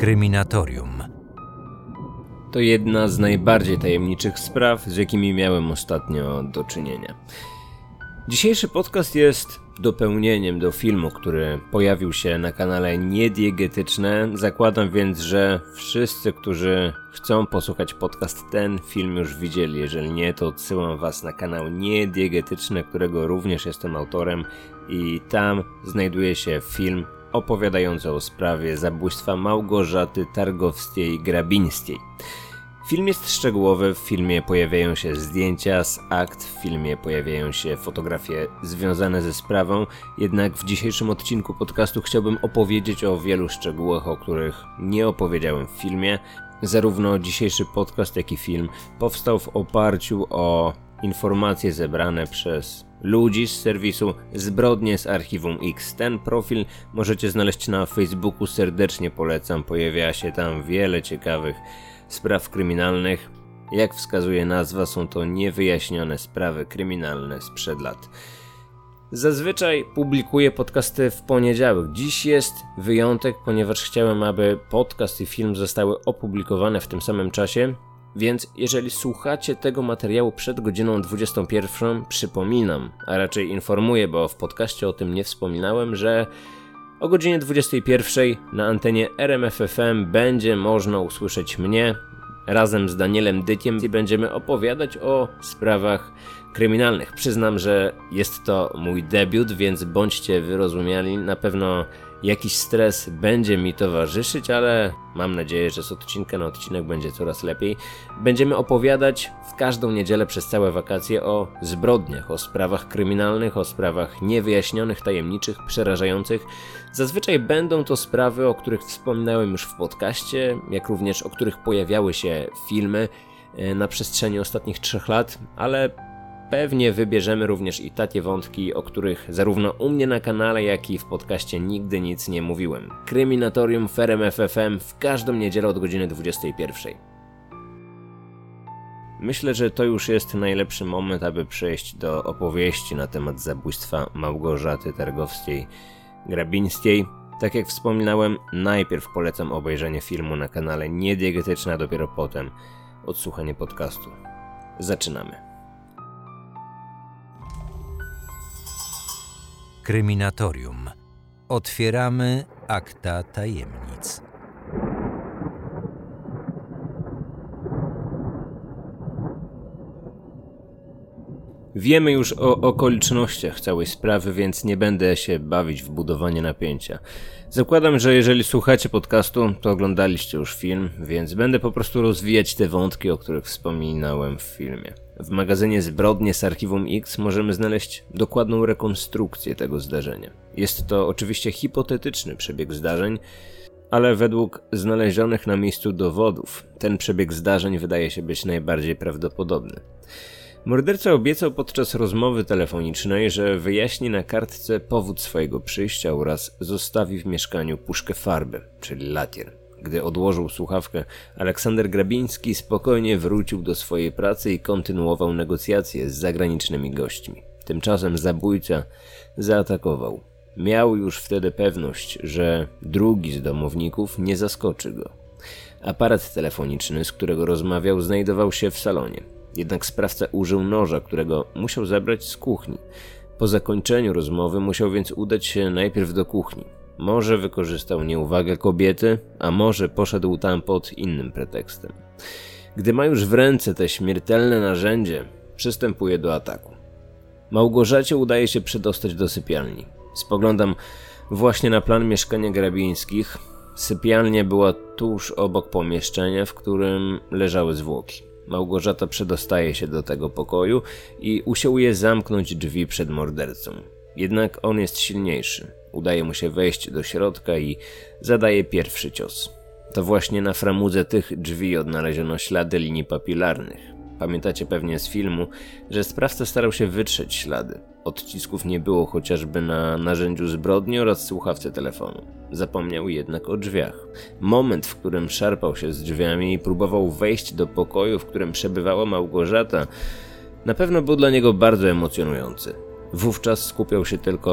Kryminatorium. To jedna z najbardziej tajemniczych spraw, z jakimi miałem ostatnio do czynienia. Dzisiejszy podcast jest dopełnieniem do filmu, który pojawił się na kanale Niediegetyczne. Zakładam więc, że wszyscy, którzy chcą posłuchać podcast, ten film już widzieli. Jeżeli nie, to odsyłam was na kanał Niediegetyczne, którego również jestem autorem, i tam znajduje się film opowiadający o sprawie zabójstwa Małgorzaty Targowskiej-Grabińskiej. Film jest szczegółowy, w filmie pojawiają się zdjęcia z akt, w filmie pojawiają się fotografie związane ze sprawą, jednak w dzisiejszym odcinku podcastu chciałbym opowiedzieć o wielu szczegółach, o których nie opowiedziałem w filmie. Zarówno dzisiejszy podcast, jak i film powstał w oparciu o informacje zebrane przez ludzi z serwisu Zbrodnie z Archiwum X. Ten profil możecie znaleźć na Facebooku, serdecznie polecam, pojawia się tam wiele ciekawych spraw kryminalnych. Jak wskazuje nazwa, są to niewyjaśnione sprawy kryminalne sprzed lat. Zazwyczaj publikuję podcasty w poniedziałek. Dziś jest wyjątek, ponieważ chciałem, aby podcast i film zostały opublikowane w tym samym czasie. Więc jeżeli słuchacie tego materiału przed godziną 21, przypominam, a raczej informuję, bo w podcaście o tym nie wspominałem, że o godzinie 21 na antenie RMF FM będzie można usłyszeć mnie razem z Danielem Dykiem i będziemy opowiadać o sprawach kryminalnych. Przyznam, że jest to mój debiut, więc bądźcie wyrozumiali. Na pewno jakiś stres będzie mi towarzyszyć, ale mam nadzieję, że z odcinka na odcinek będzie coraz lepiej. Będziemy opowiadać w każdą niedzielę przez całe wakacje o zbrodniach, o sprawach kryminalnych, o sprawach niewyjaśnionych, tajemniczych, przerażających. Zazwyczaj będą to sprawy, o których wspominałem już w podcaście, jak również o których pojawiały się filmy na przestrzeni ostatnich 3 lat, ale pewnie wybierzemy również i takie wątki, o których zarówno u mnie na kanale, jak i w podcaście nigdy nic nie mówiłem. Kryminatorium w RMF FM w każdą niedzielę od godziny 21. Myślę, że to już jest najlepszy moment, aby przejść do opowieści na temat zabójstwa Małgorzaty Targowskiej-Grabińskiej. Tak jak wspominałem, najpierw polecam obejrzenie filmu na kanale Niediegetyczne, a dopiero potem odsłuchanie podcastu. Zaczynamy. Kryminatorium. Otwieramy akta tajemnic. Wiemy już o okolicznościach całej sprawy, więc nie będę się bawić w budowanie napięcia. Zakładam, że jeżeli słuchacie podcastu, to oglądaliście już film, więc będę po prostu rozwijać te wątki, o których wspominałem w filmie. W magazynie Zbrodnie z Archiwum X możemy znaleźć dokładną rekonstrukcję tego zdarzenia. Jest to oczywiście hipotetyczny przebieg zdarzeń, ale według znalezionych na miejscu dowodów ten przebieg zdarzeń wydaje się być najbardziej prawdopodobny. Morderca obiecał podczas rozmowy telefonicznej, że wyjaśni na kartce powód swojego przyjścia oraz zostawi w mieszkaniu puszkę farby, czyli lakier. Gdy odłożył słuchawkę, Aleksander Grabiński spokojnie wrócił do swojej pracy i kontynuował negocjacje z zagranicznymi gośćmi. Tymczasem zabójca zaatakował. Miał już wtedy pewność, że drugi z domowników nie zaskoczy go. Aparat telefoniczny, z którego rozmawiał, znajdował się w salonie. Jednak sprawca użył noża, którego musiał zabrać z kuchni. Po zakończeniu rozmowy musiał więc udać się najpierw do kuchni. Może wykorzystał nieuwagę kobiety, a może poszedł tam pod innym pretekstem. Gdy ma już w ręce te śmiertelne narzędzie, przystępuje do ataku. Małgorzacie udaje się przedostać do sypialni. Spoglądam właśnie na plan mieszkania Grabińskich. Sypialnia była tuż obok pomieszczenia, w którym leżały zwłoki. Małgorzata przedostaje się do tego pokoju i usiłuje zamknąć drzwi przed mordercą. Jednak on jest silniejszy. Udaje mu się wejść do środka i zadaje pierwszy cios. To właśnie na framudze tych drzwi odnaleziono ślady linii papilarnych. Pamiętacie pewnie z filmu, że sprawca starał się wytrzeć ślady. Odcisków nie było chociażby na narzędziu zbrodni oraz słuchawce telefonu. Zapomniał jednak o drzwiach. Moment, w którym szarpał się z drzwiami i próbował wejść do pokoju, w którym przebywała Małgorzata, na pewno był dla niego bardzo emocjonujący. Wówczas skupiał się tylko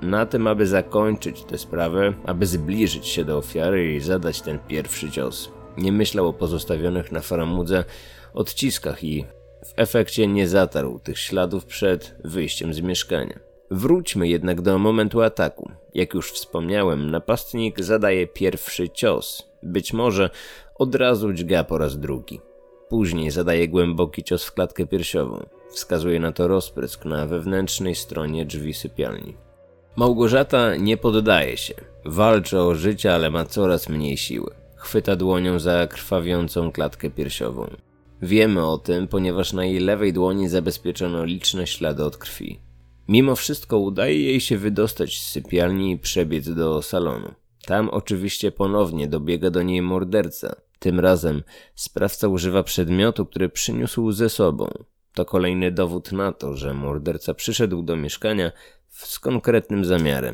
na tym, aby zakończyć tę sprawę, aby zbliżyć się do ofiary i zadać ten pierwszy cios. Nie myślał o pozostawionych na faramudze odciskach i w efekcie nie zatarł tych śladów przed wyjściem z mieszkania. Wróćmy jednak do momentu ataku. Jak już wspomniałem, napastnik zadaje pierwszy cios. Być może od razu dźga po raz drugi. Później zadaje głęboki cios w klatkę piersiową. Wskazuje na to rozprysk na wewnętrznej stronie drzwi sypialni. Małgorzata nie poddaje się. Walczy o życie, ale ma coraz mniej siły. Chwyta dłonią za krwawiącą klatkę piersiową. Wiemy o tym, ponieważ na jej lewej dłoni zabezpieczono liczne ślady od krwi. Mimo wszystko udaje jej się wydostać z sypialni i przebiec do salonu. Tam oczywiście ponownie dobiega do niej morderca. Tym razem sprawca używa przedmiotu, który przyniósł ze sobą. To kolejny dowód na to, że morderca przyszedł do mieszkania z konkretnym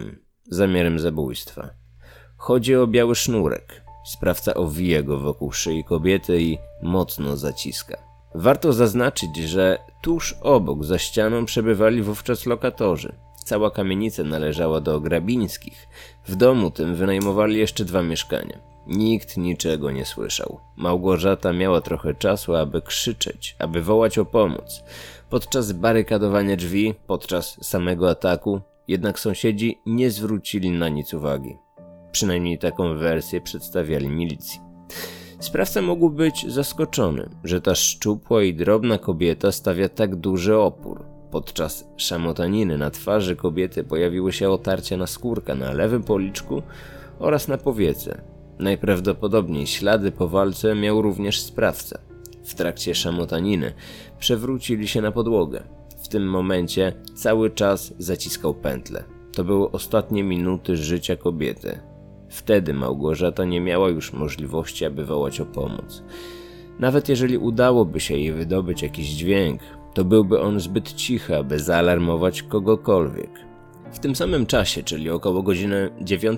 zamiarem zabójstwa. Chodzi o biały sznurek. Sprawca owija go wokół szyi kobiety i mocno zaciska. Warto zaznaczyć, że tuż obok, za ścianą, przebywali wówczas lokatorzy. Cała kamienica należała do Grabińskich. W domu tym wynajmowali jeszcze 2 mieszkania. Nikt niczego nie słyszał. Małgorzata miała trochę czasu, aby krzyczeć, aby wołać o pomoc. Podczas barykadowania drzwi, podczas samego ataku, jednak sąsiedzi nie zwrócili na nic uwagi. Przynajmniej taką wersję przedstawiali milicji. Sprawca mógł być zaskoczony, że ta szczupła i drobna kobieta stawia tak duży opór. Podczas szamotaniny na twarzy kobiety pojawiły się otarcia naskórka na lewym policzku oraz na powiece. Najprawdopodobniej ślady po walce miał również sprawca. W trakcie szamotaniny przewrócili się na podłogę. W tym momencie cały czas zaciskał pętlę. To były ostatnie minuty życia kobiety. Wtedy Małgorzata nie miała już możliwości, aby wołać o pomoc. Nawet jeżeli udałoby się jej wydobyć jakiś dźwięk, to byłby on zbyt cichy, aby zaalarmować kogokolwiek. W tym samym czasie, czyli około godziny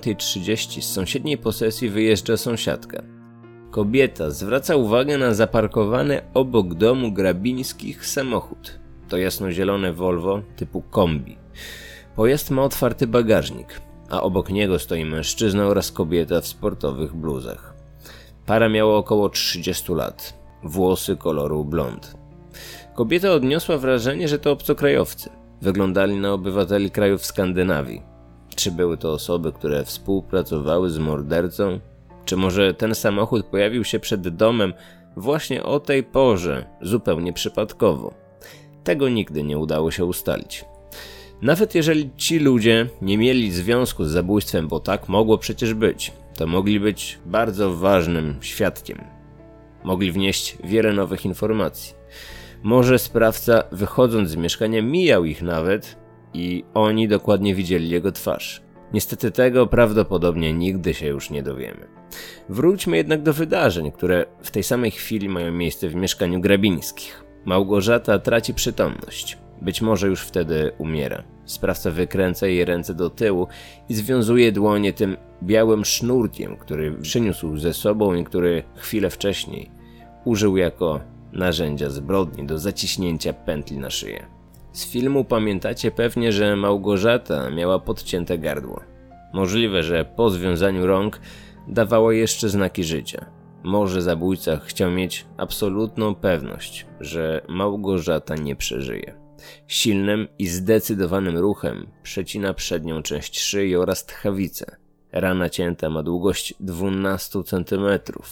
9:30, z sąsiedniej posesji wyjeżdża sąsiadka. Kobieta zwraca uwagę na zaparkowany obok domu Grabińskich samochód. To jasnozielone Volvo typu kombi. Pojazd ma otwarty bagażnik, a obok niego stoi mężczyzna oraz kobieta w sportowych bluzach. Para miała około 30 lat, włosy koloru blond. Kobieta odniosła wrażenie, że to obcokrajowcy. Wyglądali na obywateli krajów Skandynawii. Czy były to osoby, które współpracowały z mordercą? Czy może ten samochód pojawił się przed domem właśnie o tej porze, zupełnie przypadkowo? Tego nigdy nie udało się ustalić. Nawet jeżeli ci ludzie nie mieli związku z zabójstwem, bo tak mogło przecież być, to mogli być bardzo ważnym świadkiem. Mogli wnieść wiele nowych informacji. Może sprawca, wychodząc z mieszkania, mijał ich nawet i oni dokładnie widzieli jego twarz. Niestety tego prawdopodobnie nigdy się już nie dowiemy. Wróćmy jednak do wydarzeń, które w tej samej chwili mają miejsce w mieszkaniu Grabińskich. Małgorzata traci przytomność. Być może już wtedy umiera. Sprawca wykręca jej ręce do tyłu i związuje dłonie tym białym sznurkiem, który przyniósł ze sobą i który chwilę wcześniej użył jako narzędzia zbrodni do zaciśnięcia pętli na szyję. Z filmu pamiętacie pewnie, że Małgorzata miała podcięte gardło. Możliwe, że po związaniu rąk dawała jeszcze znaki życia. Może zabójca chciał mieć absolutną pewność, że Małgorzata nie przeżyje. Silnym i zdecydowanym ruchem przecina przednią część szyi oraz tchawicę. Rana cięta ma długość 12 cm.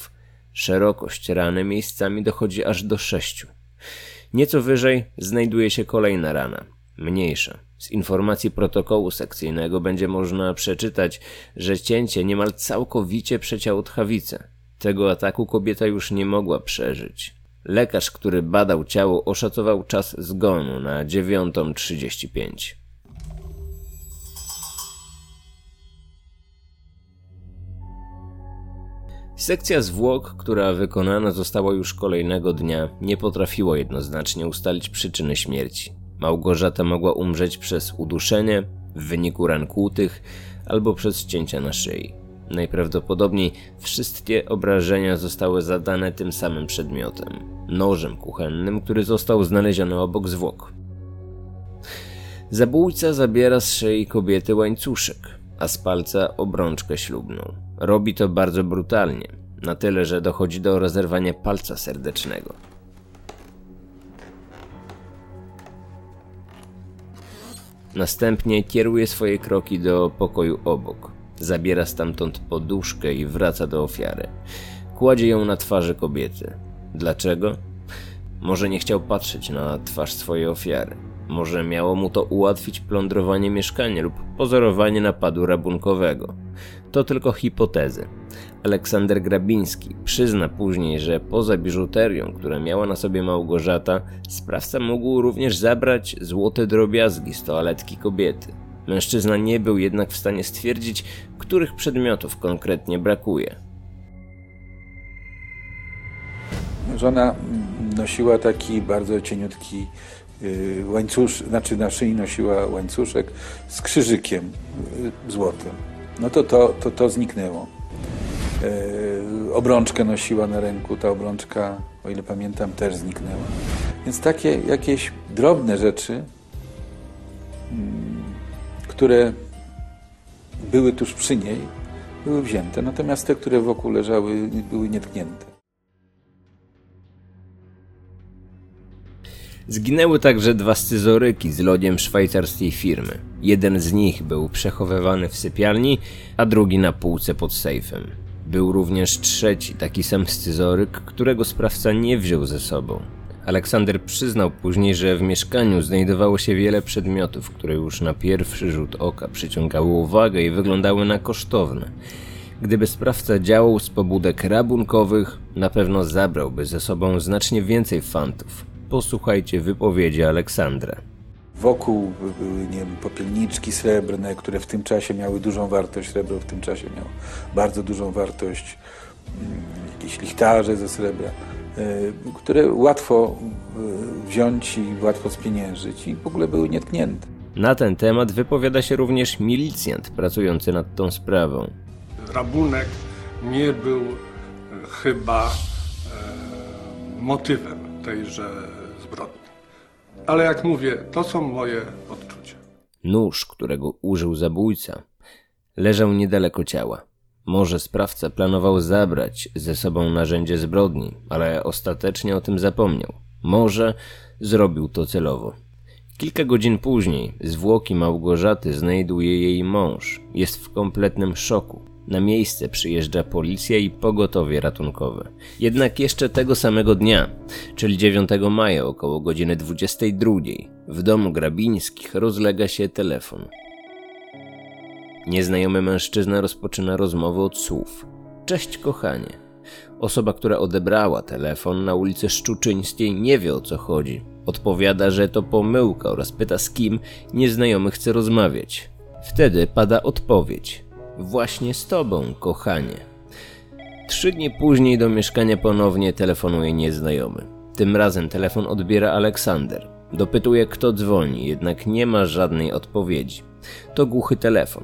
Szerokość rany miejscami dochodzi aż do 6. Nieco wyżej znajduje się kolejna rana, mniejsza. Z informacji protokołu sekcyjnego będzie można przeczytać, że cięcie niemal całkowicie przecięło tchawicę. Tego ataku kobieta już nie mogła przeżyć. Lekarz, który badał ciało, oszacował czas zgonu na 9:35. Sekcja zwłok, która wykonana została już kolejnego dnia, nie potrafiła jednoznacznie ustalić przyczyny śmierci. Małgorzata mogła umrzeć przez uduszenie, w wyniku ran kłutych albo przez cięcia na szyi. Najprawdopodobniej wszystkie obrażenia zostały zadane tym samym przedmiotem – nożem kuchennym, który został znaleziony obok zwłok. Zabójca zabiera z szyi kobiety łańcuszek, a z palca obrączkę ślubną. Robi to bardzo brutalnie, na tyle, że dochodzi do rozerwania palca serdecznego. Następnie kieruje swoje kroki do pokoju obok. Zabiera stamtąd poduszkę i wraca do ofiary. Kładzie ją na twarzy kobiety. Dlaczego? Może nie chciał patrzeć na twarz swojej ofiary. Może miało mu to ułatwić plądrowanie mieszkania lub pozorowanie napadu rabunkowego. To tylko hipotezy. Aleksander Grabiński przyzna później, że poza biżuterią, która miała na sobie Małgorzata, sprawca mógł również zabrać złote drobiazgi z toaletki kobiety. Mężczyzna nie był jednak w stanie stwierdzić, których przedmiotów konkretnie brakuje. Żona nosiła taki bardzo cieniutki łańcuszek, znaczy na szyi nosiła łańcuszek z krzyżykiem złotym. No to zniknęło. Obrączkę nosiła na ręku, ta obrączka, o ile pamiętam, też zniknęła. Więc takie jakieś drobne rzeczy, które były tuż przy niej, były wzięte. Natomiast te, które wokół leżały, były nietknięte. Zginęły także 2 scyzoryki z lodziem szwajcarskiej firmy. Jeden z nich był przechowywany w sypialni, a drugi na półce pod sejfem. Był również 3, taki sam scyzoryk, którego sprawca nie wziął ze sobą. Aleksander przyznał później, że w mieszkaniu znajdowało się wiele przedmiotów, które już na pierwszy rzut oka przyciągały uwagę i wyglądały na kosztowne. Gdyby sprawca działał z pobudek rabunkowych, na pewno zabrałby ze sobą znacznie więcej fantów. Posłuchajcie wypowiedzi Aleksandra. Wokół były, nie wiem, popielniczki srebrne, które w tym czasie miały dużą wartość. Srebro w tym czasie miało bardzo dużą wartość. Jakieś lichtarze ze srebra, które łatwo wziąć i łatwo spieniężyć i w ogóle były nietknięte. Na ten temat wypowiada się również milicjant pracujący nad tą sprawą. Rabunek nie był chyba motywem tejże zbrodni. Ale jak mówię, to są moje odczucia. Nóż, którego użył zabójca, leżał niedaleko ciała. Może sprawca planował zabrać ze sobą narzędzie zbrodni, ale ostatecznie o tym zapomniał. Może zrobił to celowo. Kilka godzin później zwłoki Małgorzaty znajduje jej mąż. Jest w kompletnym szoku. Na miejsce przyjeżdża policja i pogotowie ratunkowe. Jednak jeszcze tego samego dnia, czyli 9 maja około godziny 22, w domu Grabińskich rozlega się telefon. Nieznajomy mężczyzna rozpoczyna rozmowę od słów. Cześć kochanie. Osoba, która odebrała telefon na ulicy Szczuczyńskiej, nie wie o co chodzi. Odpowiada, że to pomyłka oraz pyta, z kim nieznajomy chce rozmawiać. Wtedy pada odpowiedź. Właśnie z tobą, kochanie. 3 dni później do mieszkania ponownie telefonuje nieznajomy. Tym razem telefon odbiera Aleksander. Dopytuje, kto dzwoni, jednak nie ma żadnej odpowiedzi. To głuchy telefon.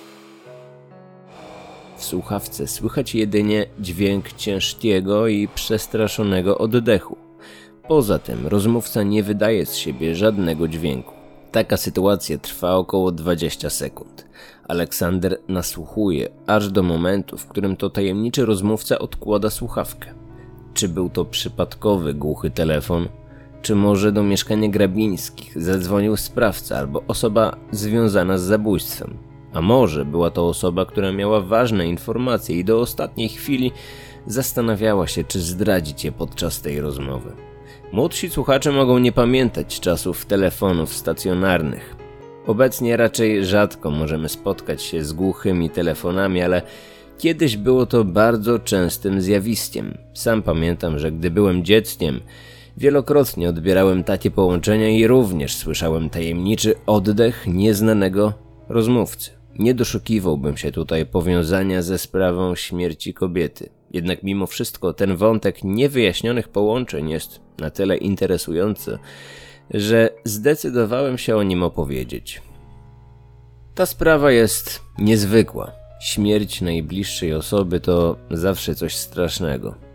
W słuchawce słychać jedynie dźwięk ciężkiego i przestraszonego oddechu. Poza tym rozmówca nie wydaje z siebie żadnego dźwięku. Taka sytuacja trwa około 20 sekund. Aleksander nasłuchuje aż do momentu, w którym to tajemniczy rozmówca odkłada słuchawkę. Czy był to przypadkowy głuchy telefon? Czy może do mieszkania Grabińskich zadzwonił sprawca albo osoba związana z zabójstwem? A może była to osoba, która miała ważne informacje i do ostatniej chwili zastanawiała się, czy zdradzić je podczas tej rozmowy. Młodsi słuchacze mogą nie pamiętać czasów telefonów stacjonarnych. Obecnie raczej rzadko możemy spotkać się z głuchymi telefonami, ale kiedyś było to bardzo częstym zjawiskiem. Sam pamiętam, że gdy byłem dzieckiem, wielokrotnie odbierałem takie połączenia i również słyszałem tajemniczy oddech nieznanego rozmówcy. Nie doszukiwałbym się tutaj powiązania ze sprawą śmierci kobiety. Jednak mimo wszystko ten wątek niewyjaśnionych połączeń jest na tyle interesujący, że zdecydowałem się o nim opowiedzieć. Ta sprawa jest niezwykła. Śmierć najbliższej osoby to zawsze coś strasznego.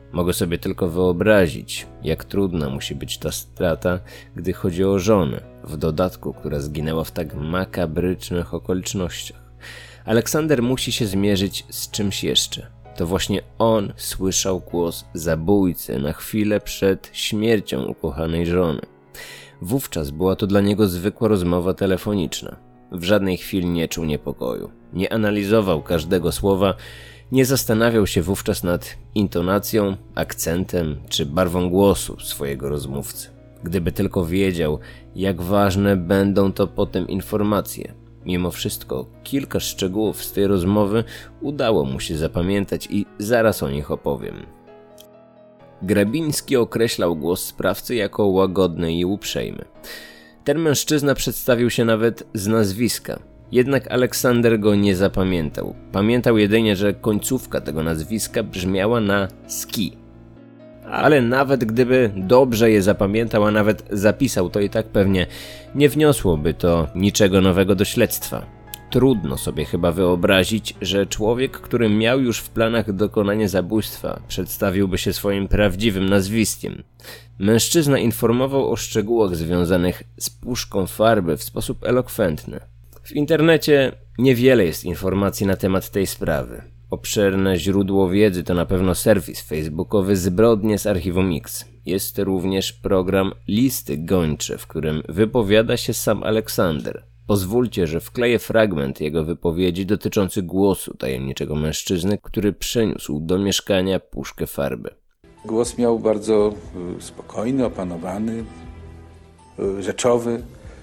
Mogę sobie tylko wyobrazić, jak trudna musi być ta strata, gdy chodzi o żonę, w dodatku, która zginęła w tak makabrycznych okolicznościach. Aleksander musi się zmierzyć z czymś jeszcze. To właśnie on słyszał głos zabójcy na chwilę przed śmiercią ukochanej żony. Wówczas była to dla niego zwykła rozmowa telefoniczna. W żadnej chwili nie czuł niepokoju. Nie analizował każdego słowa, nie zastanawiał się wówczas nad intonacją, akcentem czy barwą głosu swojego rozmówcy. Gdyby tylko wiedział, jak ważne będą to potem informacje. Mimo wszystko, kilka szczegółów z tej rozmowy udało mu się zapamiętać i zaraz o nich opowiem. Grabiński określał głos sprawcy jako łagodny i uprzejmy. Ten mężczyzna przedstawił się nawet z nazwiska, jednak Aleksander go nie zapamiętał. Pamiętał jedynie, że końcówka tego nazwiska brzmiała na ski. Ale nawet gdyby dobrze je zapamiętał, a nawet zapisał, to i tak pewnie nie wniosłoby to niczego nowego do śledztwa. Trudno sobie chyba wyobrazić, że człowiek, który miał już w planach dokonanie zabójstwa, przedstawiłby się swoim prawdziwym nazwiskiem. Mężczyzna informował o szczegółach związanych z puszką farby w sposób elokwentny. W internecie niewiele jest informacji na temat tej sprawy. Obszerne źródło wiedzy to na pewno serwis facebookowy Zbrodnie z Archiwum X. Jest również program Listy Gończe, w którym wypowiada się sam Aleksander. Pozwólcie, że wkleję fragment jego wypowiedzi dotyczący głosu tajemniczego mężczyzny, który przyniósł do mieszkania puszkę farby. Głos miał bardzo spokojny, opanowany, rzeczowy.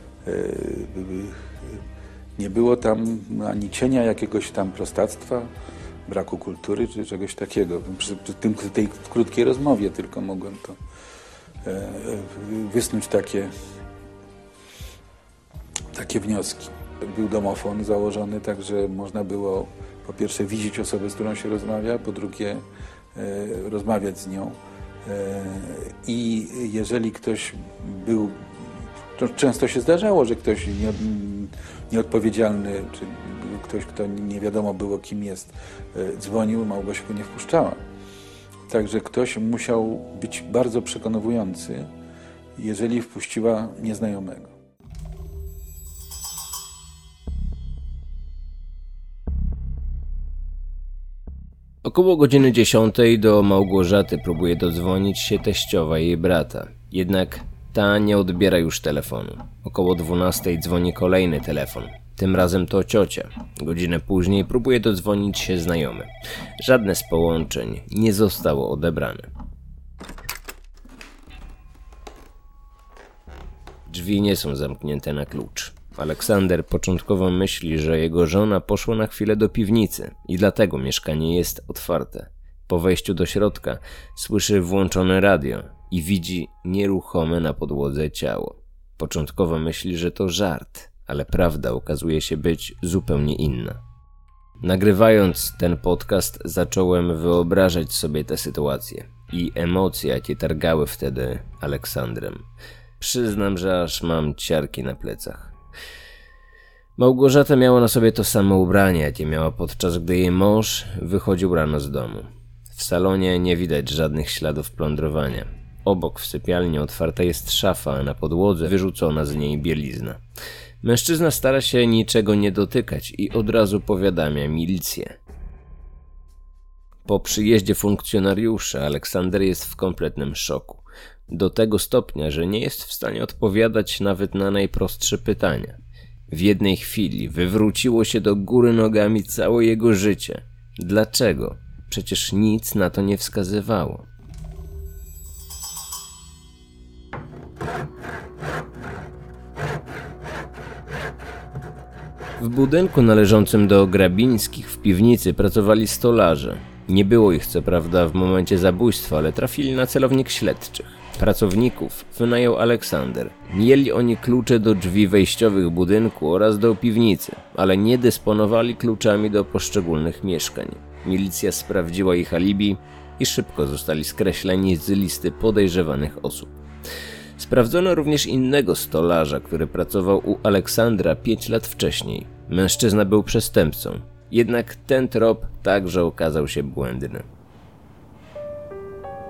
Nie było tam ani cienia jakiegoś tam prostactwa, braku kultury czy czegoś takiego. Przy tej krótkiej rozmowie tylko mogłem to wysnuć takie wnioski. Był domofon założony, tak że można było po pierwsze widzieć osobę, z którą się rozmawia, po drugie rozmawiać z nią. I jeżeli ktoś był, to często się zdarzało, że ktoś nieodpowiedzialny, czy ktoś, kto nie wiadomo było kim jest, dzwonił, Małgosia go nie wpuszczała. Także ktoś musiał być bardzo przekonujący, jeżeli wpuściła nieznajomego. Około godziny 10 do Małgorzaty próbuje dodzwonić się teściowa jej brata. Jednak ta nie odbiera już telefonu. Około 12 dzwoni kolejny telefon. Tym razem to ciocia. Godzinę później próbuje dodzwonić się znajomy. Żadne z połączeń nie zostało odebrane. Drzwi nie są zamknięte na klucz. Aleksander początkowo myśli, że jego żona poszła na chwilę do piwnicy i dlatego mieszkanie jest otwarte. Po wejściu do środka słyszy włączone radio i widzi nieruchome na podłodze ciało. Początkowo myśli, że to żart, ale prawda okazuje się być zupełnie inna. Nagrywając ten podcast, zacząłem wyobrażać sobie tę sytuację i emocje, jakie targały wtedy Aleksandrem. Przyznam, że aż mam ciarki na plecach. Małgorzata miała na sobie to samo ubranie, jakie miała podczas gdy jej mąż wychodził rano z domu. W salonie nie widać żadnych śladów plądrowania. Obok w sypialni otwarta jest szafa, a na podłodze wyrzucona z niej bielizna. Mężczyzna stara się niczego nie dotykać i od razu powiadamia milicję. Po przyjeździe funkcjonariuszy Aleksander jest w kompletnym szoku. Do tego stopnia, że nie jest w stanie odpowiadać nawet na najprostsze pytania. W jednej chwili wywróciło się do góry nogami całe jego życie. Dlaczego? Przecież nic na to nie wskazywało. W budynku należącym do Grabińskich w piwnicy pracowali stolarze. Nie było ich co prawda w momencie zabójstwa, ale trafili na celownik śledczych. Pracowników wynajął Aleksander. Mieli oni klucze do drzwi wejściowych budynku oraz do piwnicy, ale nie dysponowali kluczami do poszczególnych mieszkań. Milicja sprawdziła ich alibi i szybko zostali skreśleni z listy podejrzewanych osób. Sprawdzono również innego stolarza, który pracował u Aleksandra 5 lat wcześniej. Mężczyzna był przestępcą, jednak ten trop także okazał się błędny.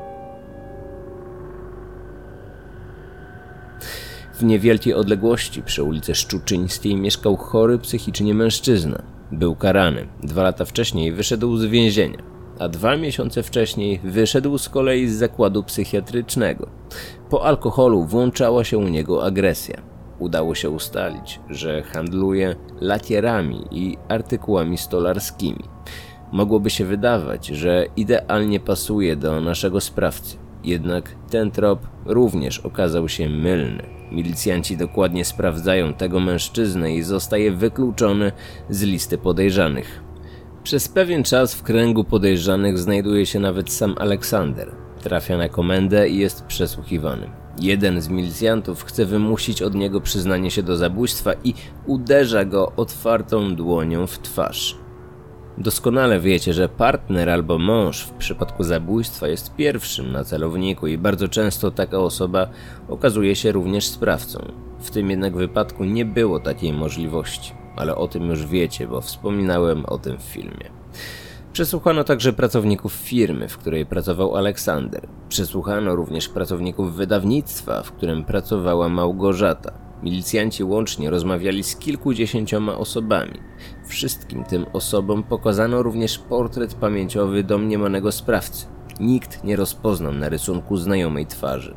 W niewielkiej odległości przy ulicy Szczuczyńskiej mieszkał chory psychicznie mężczyzna. Był karany. 2 lata wcześniej wyszedł z więzienia, a 2 miesiące wcześniej wyszedł z kolei z zakładu psychiatrycznego. Po alkoholu włączała się u niego agresja. Udało się ustalić, że handluje lakierami i artykułami stolarskimi. Mogłoby się wydawać, że idealnie pasuje do naszego sprawcy. Jednak ten trop również okazał się mylny. Milicjanci dokładnie sprawdzają tego mężczyznę i zostaje wykluczony z listy podejrzanych. Przez pewien czas w kręgu podejrzanych znajduje się nawet sam Aleksander. Trafia na komendę i jest przesłuchiwany. Jeden z milicjantów chce wymusić od niego przyznanie się do zabójstwa i uderza go otwartą dłonią w twarz. Doskonale wiecie, że partner albo mąż w przypadku zabójstwa jest pierwszym na celowniku i bardzo często taka osoba okazuje się również sprawcą. W tym jednak wypadku nie było takiej możliwości, ale o tym już wiecie, bo wspominałem o tym w filmie. Przesłuchano także pracowników firmy, w której pracował Aleksander. Przesłuchano również pracowników wydawnictwa, w którym pracowała Małgorzata. Milicjanci łącznie rozmawiali z kilkudziesięcioma osobami. Wszystkim tym osobom pokazano również portret pamięciowy domniemanego sprawcy. Nikt nie rozpoznał na rysunku znajomej twarzy.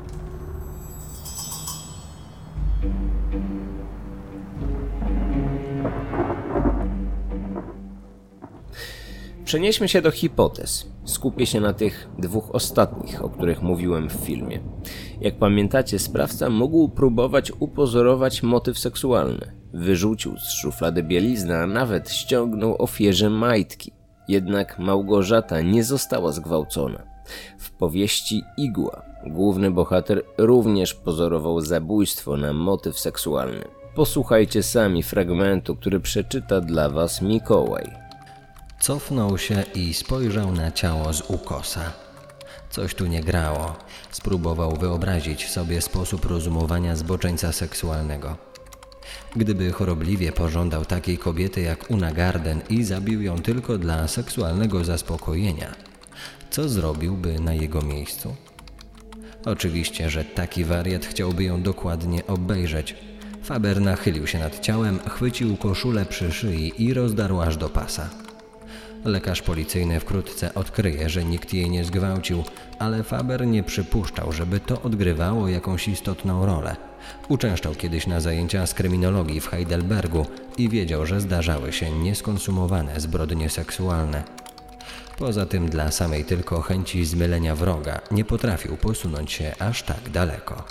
Przenieśmy się do hipotez. Skupię się na tych 2 ostatnich, o których mówiłem w filmie. Jak pamiętacie, sprawca mógł próbować upozorować motyw seksualny. Wyrzucił z szuflady bieliznę, a nawet ściągnął ofierze majtki. Jednak Małgorzata nie została zgwałcona. W powieści Igła główny bohater również pozorował zabójstwo na motyw seksualny. Posłuchajcie sami fragmentu, który przeczyta dla was Mikołaj. Cofnął się i spojrzał na ciało z ukosa. Coś tu nie grało. Spróbował wyobrazić sobie sposób rozumowania zboczeńca seksualnego. Gdyby chorobliwie pożądał takiej kobiety jak Una Garden i zabił ją tylko dla seksualnego zaspokojenia, co zrobiłby na jego miejscu? Oczywiście, że taki wariat chciałby ją dokładnie obejrzeć. Faber nachylił się nad ciałem, chwycił koszulę przy szyi i rozdarł aż do pasa. Lekarz policyjny wkrótce odkryje, że nikt jej nie zgwałcił, ale Faber nie przypuszczał, żeby to odgrywało jakąś istotną rolę. Uczęszczał kiedyś na zajęcia z kryminologii w Heidelbergu i wiedział, że zdarzały się nieskonsumowane zbrodnie seksualne. Poza tym dla samej tylko chęci zmylenia wroga nie potrafił posunąć się aż tak daleko.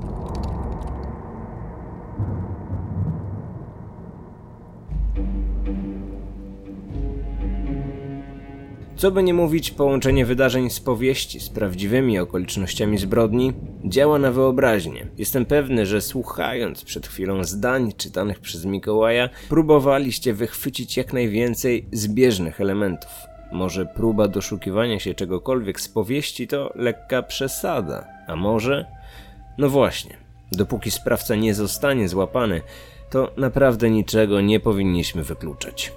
Co by nie mówić, połączenie wydarzeń z powieści z prawdziwymi okolicznościami zbrodni działa na wyobraźnię. Jestem pewny, że słuchając przed chwilą zdań czytanych przez Mikołaja, próbowaliście wychwycić jak najwięcej zbieżnych elementów. Może próba doszukiwania się czegokolwiek z powieści to lekka przesada, a może? No właśnie, dopóki sprawca nie zostanie złapany, to naprawdę niczego nie powinniśmy wykluczać.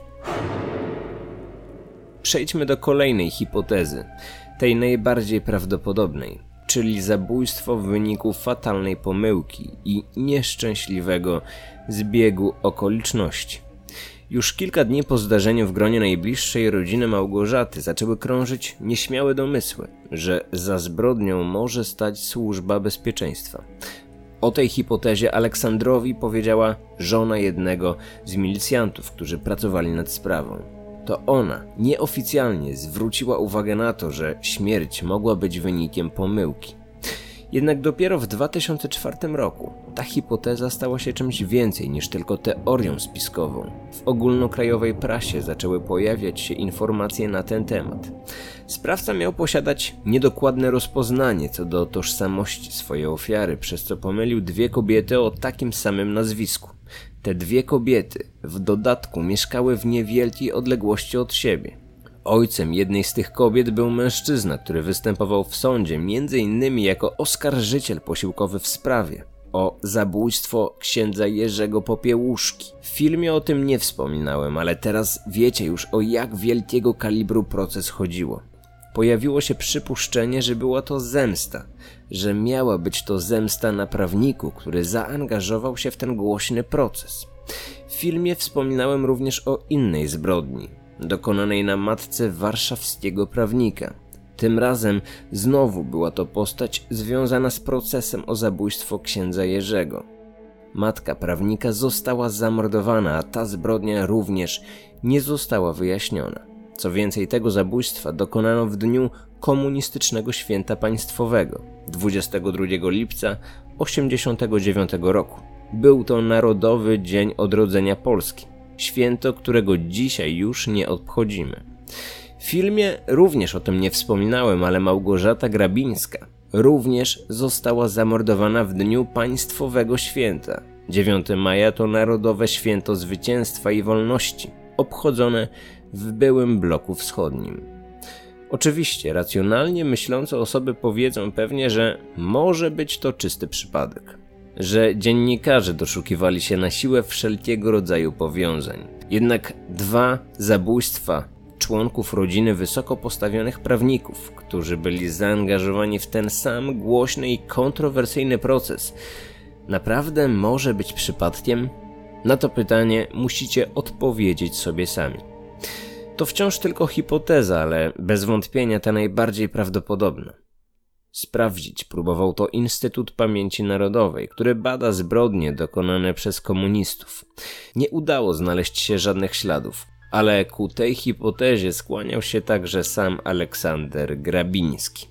Przejdźmy do kolejnej hipotezy, tej najbardziej prawdopodobnej, czyli zabójstwo w wyniku fatalnej pomyłki i nieszczęśliwego zbiegu okoliczności. Już kilka dni po zdarzeniu w gronie najbliższej rodziny Małgorzaty zaczęły krążyć nieśmiałe domysły, że za zbrodnią może stać służba bezpieczeństwa. O tej hipotezie Aleksandrowi powiedziała żona jednego z milicjantów, którzy pracowali nad sprawą. To ona nieoficjalnie zwróciła uwagę na to, że śmierć mogła być wynikiem pomyłki. Jednak dopiero w 2004 roku ta hipoteza stała się czymś więcej niż tylko teorią spiskową. W ogólnokrajowej prasie zaczęły pojawiać się informacje na ten temat. Sprawca miał posiadać niedokładne rozpoznanie co do tożsamości swojej ofiary, przez co pomylił 2 kobiety o takim samym nazwisku. Te 2 kobiety w dodatku mieszkały w niewielkiej odległości od siebie. Ojcem jednej z tych kobiet był mężczyzna, który występował w sądzie m.in. jako oskarżyciel posiłkowy w sprawie o zabójstwo księdza Jerzego Popiełuszki. W filmie o tym nie wspominałem, ale teraz wiecie już, o jak wielkiego kalibru proces chodziło. pojawiło się przypuszczenie, że była to zemsta, że miała być to zemsta na prawniku, który zaangażował się w ten głośny proces. W filmie wspominałem również o innej zbrodni, dokonanej na matce warszawskiego prawnika. Tym razem znowu była to postać związana z procesem o zabójstwo księdza Jerzego. Matka prawnika została zamordowana, a ta zbrodnia również nie została wyjaśniona. Co więcej, tego zabójstwa dokonano w dniu komunistycznego święta państwowego, 22 lipca 1989 roku. Był to Narodowy Dzień Odrodzenia Polski, święto, którego dzisiaj już nie obchodzimy. W filmie również o tym nie wspominałem, ale Małgorzata Grabińska również została zamordowana w dniu państwowego święta. 9 maja to Narodowe Święto Zwycięstwa i Wolności, obchodzone w byłym bloku wschodnim. Oczywiście, racjonalnie myślące osoby powiedzą pewnie, że może być to czysty przypadek, że dziennikarze doszukiwali się na siłę wszelkiego rodzaju powiązań. Jednak 2 zabójstwa członków rodziny wysoko postawionych prawników, którzy byli zaangażowani w ten sam głośny i kontrowersyjny proces, naprawdę może być przypadkiem? Na to pytanie musicie odpowiedzieć sobie sami. To wciąż tylko hipoteza, ale bez wątpienia ta najbardziej prawdopodobna. Sprawdzić próbował to Instytut Pamięci Narodowej, który bada zbrodnie dokonane przez komunistów. Nie udało znaleźć się żadnych śladów, ale ku tej hipotezie skłaniał się także sam Aleksander Grabiński.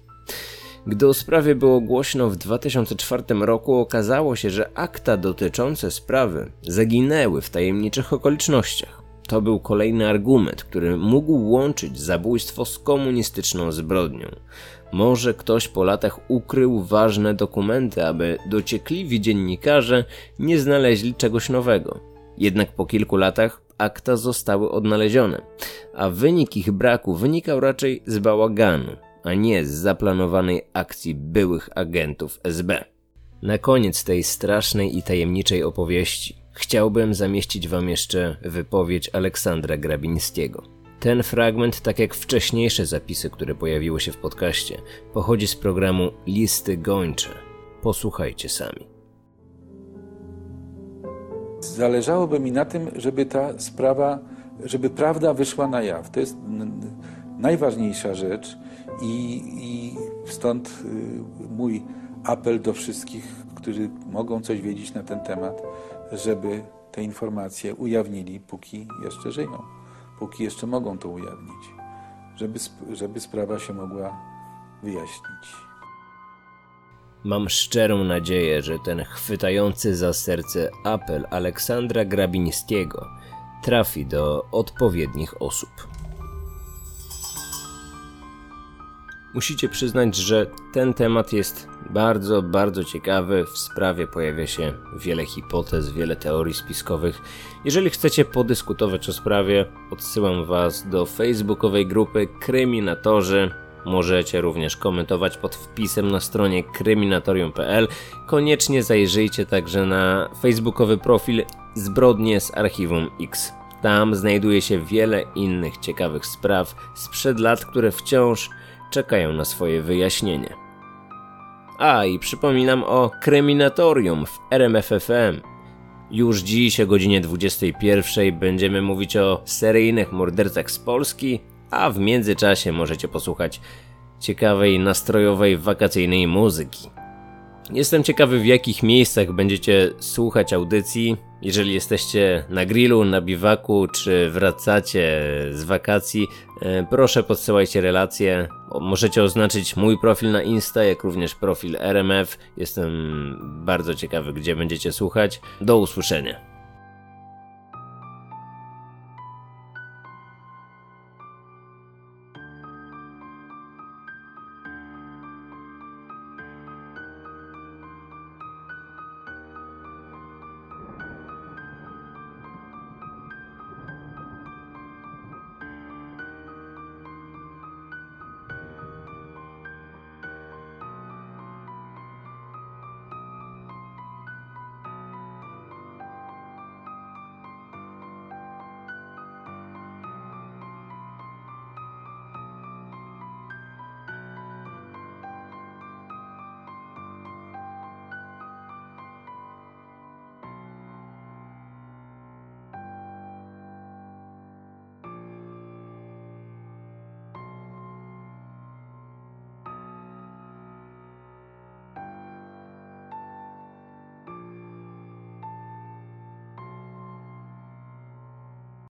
Gdy o sprawie było głośno w 2004 roku, okazało się, że akta dotyczące sprawy zaginęły w tajemniczych okolicznościach. To był kolejny argument, który mógł łączyć zabójstwo z komunistyczną zbrodnią. Może ktoś po latach ukrył ważne dokumenty, aby dociekliwi dziennikarze nie znaleźli czegoś nowego. Jednak po kilku latach akta zostały odnalezione, a wynik ich braku wynikał raczej z bałaganu, a nie z zaplanowanej akcji byłych agentów SB. Na koniec tej strasznej i tajemniczej opowieści chciałbym zamieścić wam jeszcze wypowiedź Aleksandra Grabińskiego. Ten fragment, tak jak wcześniejsze zapisy, które pojawiły się w podcaście, pochodzi z programu Listy Gończe. Posłuchajcie sami. Zależałoby mi na tym, żeby ta sprawa, żeby prawda wyszła na jaw. To jest najważniejsza rzecz i stąd mój apel do wszystkich, którzy mogą coś wiedzieć na ten temat, żeby te informacje ujawnili, póki jeszcze żyją, póki jeszcze mogą to ujawnić, żeby sprawa się mogła wyjaśnić. Mam szczerą nadzieję, że ten chwytający za serce apel Aleksandra Grabińskiego trafi do odpowiednich osób. Musicie przyznać, że ten temat jest bardzo, bardzo ciekawy. W sprawie pojawia się wiele hipotez, wiele teorii spiskowych. Jeżeli chcecie podyskutować o sprawie, odsyłam was do facebookowej grupy Kryminatorzy. Możecie również komentować pod wpisem na stronie kryminatorium.pl. Koniecznie zajrzyjcie także na facebookowy profil Zbrodnie z Archiwum X. Tam znajduje się wiele innych ciekawych spraw sprzed lat, które wciąż czekają na swoje wyjaśnienie. A i przypominam o Kryminatorium w RMF FM. Już dziś o godzinie 21 będziemy mówić o seryjnych mordercach z Polski, a w międzyczasie możecie posłuchać ciekawej, nastrojowej, wakacyjnej muzyki. Jestem ciekawy, w jakich miejscach będziecie słuchać audycji. Jeżeli jesteście na grillu, na biwaku, czy wracacie z wakacji, proszę podsyłajcie relacje. Możecie oznaczyć mój profil na Insta, jak również profil RMF. Jestem bardzo ciekawy, gdzie będziecie słuchać. Do usłyszenia.